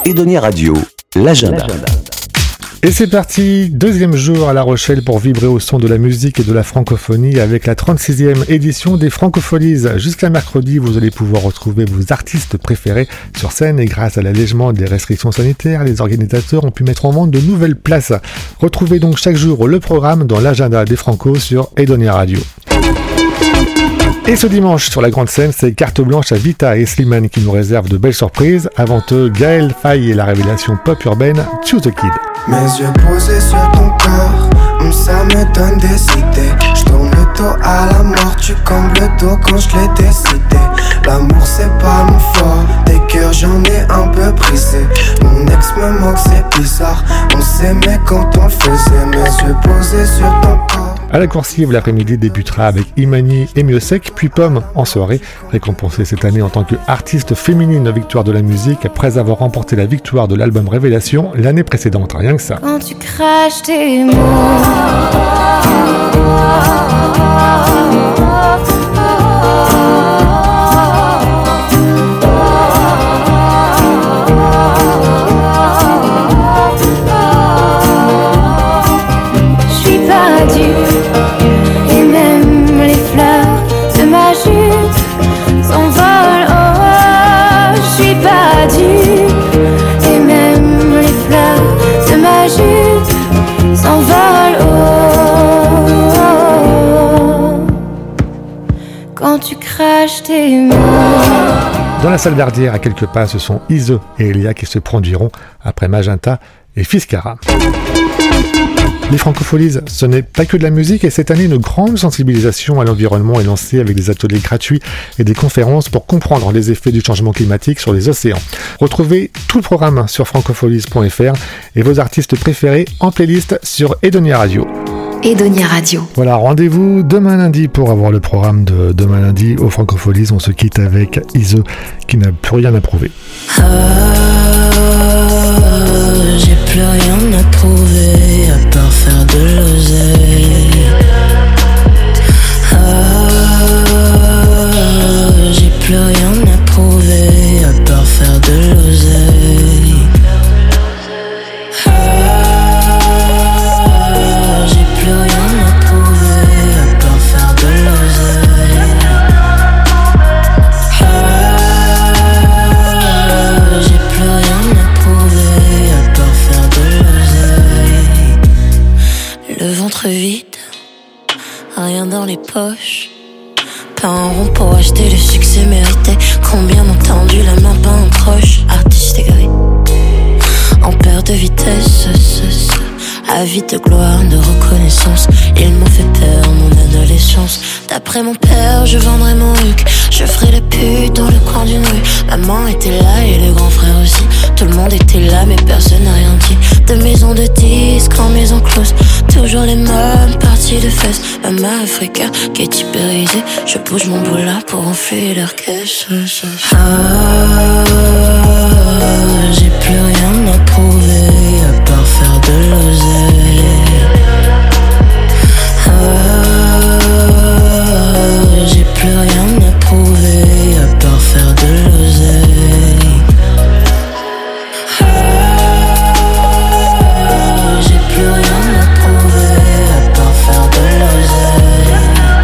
Edonia Radio, l'agenda. Et c'est parti, deuxième jour à La Rochelle pour vibrer au son de la musique et de la francophonie avec la 36e édition des Francopholies. Jusqu'à mercredi, vous allez pouvoir retrouver vos artistes préférés sur scène et grâce à l'allègement des restrictions sanitaires, les organisateurs ont pu mettre en vente de nouvelles places. Retrouvez donc chaque jour le programme dans l'agenda des Francos sur Edonia Radio. Et ce dimanche, sur la grande scène, c'est carte blanche à Vita et Slimane qui nous réservent de belles surprises. Avant eux, Gaël Faye et la révélation pop urbaine Choose the Kid. Mes yeux posés sur ton corps, ça me donne des idées. Je tourne le dos à la mort, tu combles le dos quand je l'ai décidé. L'amour c'est pas mon fort, des cœurs j'en ai un peu brisé. Mon ex me manque, c'est bizarre, on s'aimait quand on le faisait. Mes yeux posés sur ton corps. À la Coursive, l'après-midi débutera avec Imani et Mieux-Sec, puis Pomme en soirée, récompensée cette année en tant qu'artiste féminine victoire de la musique après avoir remporté la victoire de l'album Révélation l'année précédente. Rien que ça. Quand tu craches tes mots, je suis pas dure. Et même les fleurs de ma jupe s'envolent. Oh, je suis pas dure. Et même les fleurs de ma jupe s'envolent. Oh, quand tu craches tes mots. Dans la salle Verdière, à quelques pas, ce sont Ise et Elia qui se produiront après Magenta et Fiskara. Les Francopholies, ce n'est pas que de la musique et cette année, une grande sensibilisation à l'environnement est lancée avec des ateliers gratuits et des conférences pour comprendre les effets du changement climatique sur les océans. Retrouvez tout le programme sur francopholies.fr et vos artistes préférés en playlist sur Edonia Radio. Edonia Radio. Voilà, rendez-vous demain lundi pour avoir le programme de demain lundi aux Francopholies. On se quitte avec Ise qui n'a plus rien à prouver. J'ai plus rien à prouver à part faire de l'oseille. J'ai plus rien à prouver à part faire de l'oseille. J'ai plus rien à prouver à part faire de l'oseille. J'ai plus rien à prouver à part faire de l'oseille. Le ventre vide, rien dans les poches. Pas un rond pour acheter le succès mérité. Combien m'ont tendu la main, pas un proche. Artiste aigri, en perte de vitesse. Avide de gloire, de reconnaissance. Ils m'ont fait perdre mon adolescence. D'après mon père, je vendrais mon huc. Je ferais la pute dans le coin d'une rue. Maman était là et le grand frère aussi. Tout le monde était là mais personne n'a rien dit. De maison de disques en maison close. Toujours les mêmes parties de fesses. Maman Africa qui est hyperisée. Je bouge mon boulot pour enfler leur caisse. J'ai plus rien à prouver à part faire de l'oseille. J'ai plus rien à prouver à part faire de l'oseille. J'ai plus rien à prouver à part faire de l'oseille.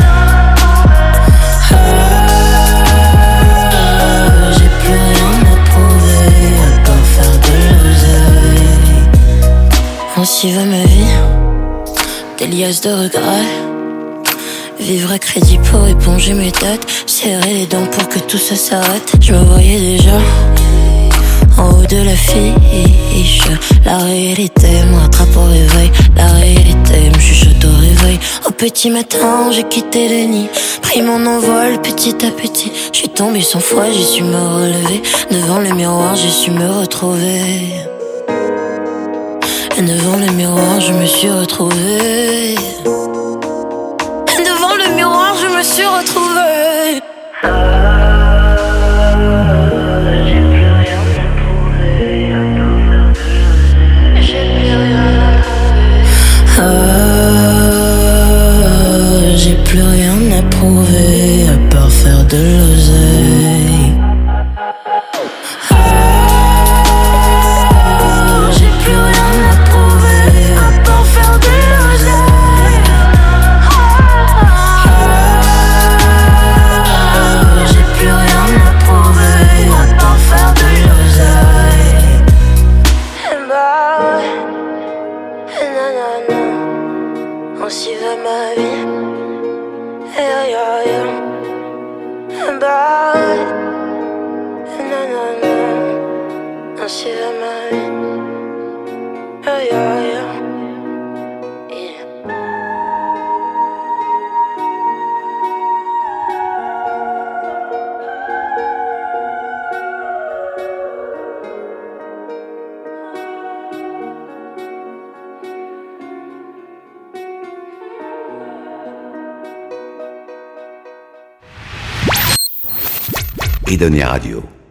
J'ai plus rien à prouver à part faire de l'oseille. Ainsi va ma vie, des liasses de regrets. Vivre à crédit pour éponger mes dettes. Serrer les dents pour que tout ça s'arrête. Je me voyais déjà en haut de l'affiche. La réalité me rattrape au réveil. La réalité me chuchote au réveil. Au petit matin j'ai quitté le nid, pris mon envol petit à petit. Je suis tombée 100 fois, j'ai su me relever. Devant le miroir j'ai su me retrouver. Et devant le miroir je me suis retrouvée. Devant le miroir, je me suis retrouvée. J'ai plus rien à prouver à part faire de l'oseille. J'ai plus rien à prouver. J'ai plus rien à prouver à part faire de l'oseille. ainsi va ma vie. Yeah, yeah, yeah. Idonia Radio.